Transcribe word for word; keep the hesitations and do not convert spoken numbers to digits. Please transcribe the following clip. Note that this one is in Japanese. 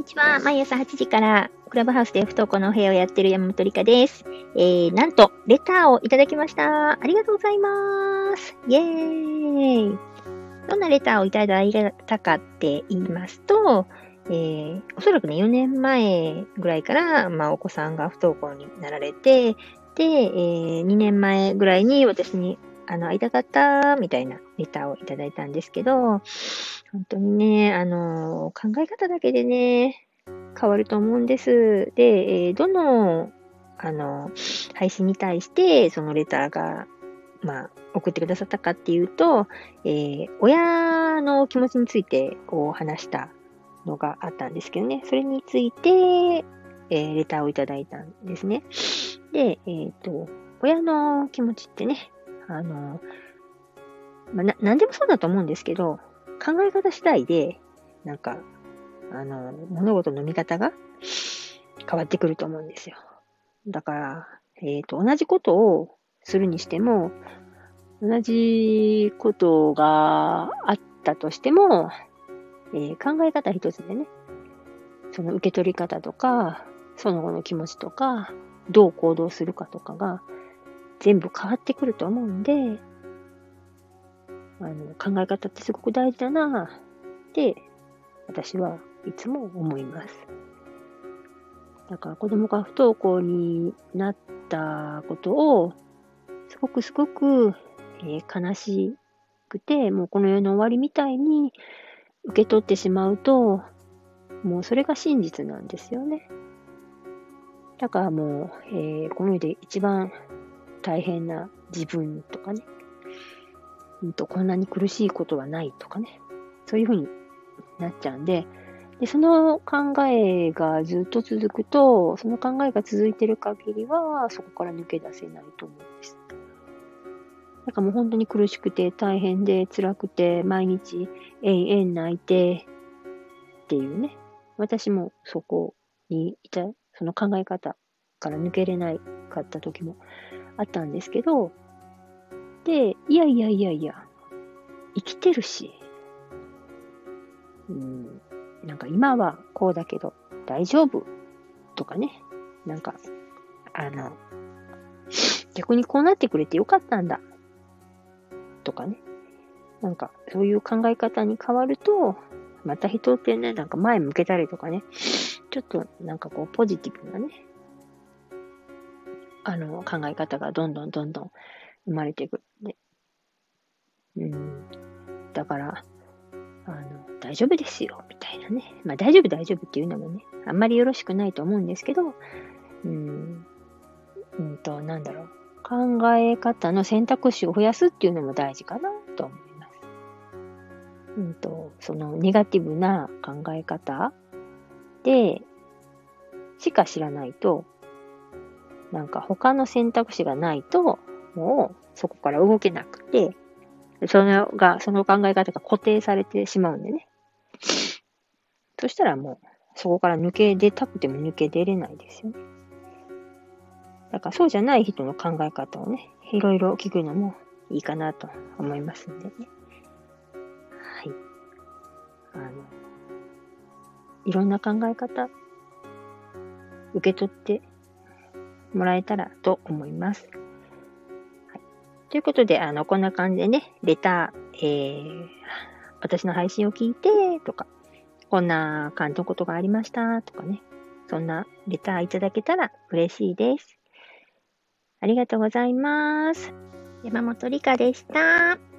ちは。毎朝はちじからクラブハウスで不登校のお部屋をやっている山本理香です。えー、なんと、レターをいただきました。ありがとうございます。イェーイ。どんなレターをいただいたかって言いますと、えー、おそらくね、よねんまえぐらいから、まあ、お子さんが不登校になられて、で、えー、にねんまえぐらいに私に、あの、会いたかった、みたいなレターをいただいたんですけど、本当にね、あの、考え方だけでね、変わると思うんです。で、えーどの、あの、配信に対して、そのレターが、まあ、送ってくださったかっていうと、えー親の気持ちについて、こう、話したのがあったんですけどね、それについて、えーレターをいただいたんですね。で、えっと、親の気持ちってね、あの、まあ、な、なんでもそうだと思うんですけど、考え方次第で、なんか、あの、物事の見方が変わってくると思うんですよ。だから、えっと、同じことをするにしても、同じことがあったとしても、えー考え方一つでね、その受け取り方とか、その後の気持ちとか、どう行動するかとかが全部変わってくると思うんで、あの、考え方ってすごく大事だなって私はいつも思います。だから子供が不登校になったことをすごくすごく、えー悲しくて、もうこの世の終わりみたいに受け取ってしまうと、もうそれが真実なんですよね。だからもう、えーこの世で一番大変な自分とかね、うんと、こんなに苦しいことはないとかね、そういうふうになっちゃうんで、で、その考えがずっと続くと、その考えが続いている限りは、そこから抜け出せないと思うんです。だからもう本当に苦しくて大変で辛くて、毎日永遠泣いてっていうね。私もそこにいた、その考え方から抜けれないかった時もあったんですけど、で、いやいやいやいや、生きてるし、うん、なんか今はこうだけど大丈夫とかね。なんか、あの、逆にこうなってくれてよかったんだとかね。なんか、そういう考え方に変わると、また人ってね、なんか前向けたりとかね、ちょっとなんかこうポジティブなね、あの、考え方がどんどんどんどん生まれてくるんで。うん。だから、あの、大丈夫ですよ、みたいなね。まあ大丈夫大丈夫っていうのもね、あんまりよろしくないと思うんですけど、うん、うんと、なんだろう。考え方の選択肢を増やすっていうのも大事かなと思います。うんと、そのネガティブな考え方でしか知らないと、なんか他の選択肢がないと、もうそこから動けなくて、そのが、その考え方が固定されてしまうんでね。そしたらもう、そこから抜け出たくても抜け出れないですよね。だからそうじゃない人の考え方をね、いろいろ聞くのもいいかなと思いますんでね。はい。あの、いろんな考え方、受け取ってもらえたらと思います。はい、ということで、あの、こんな感じでね、レター、えー、私の配信を聞いて、とか、こんな感じのことがありました、とかね、そんなレターいただけたら嬉しいです。ありがとうございます。山本理香でした。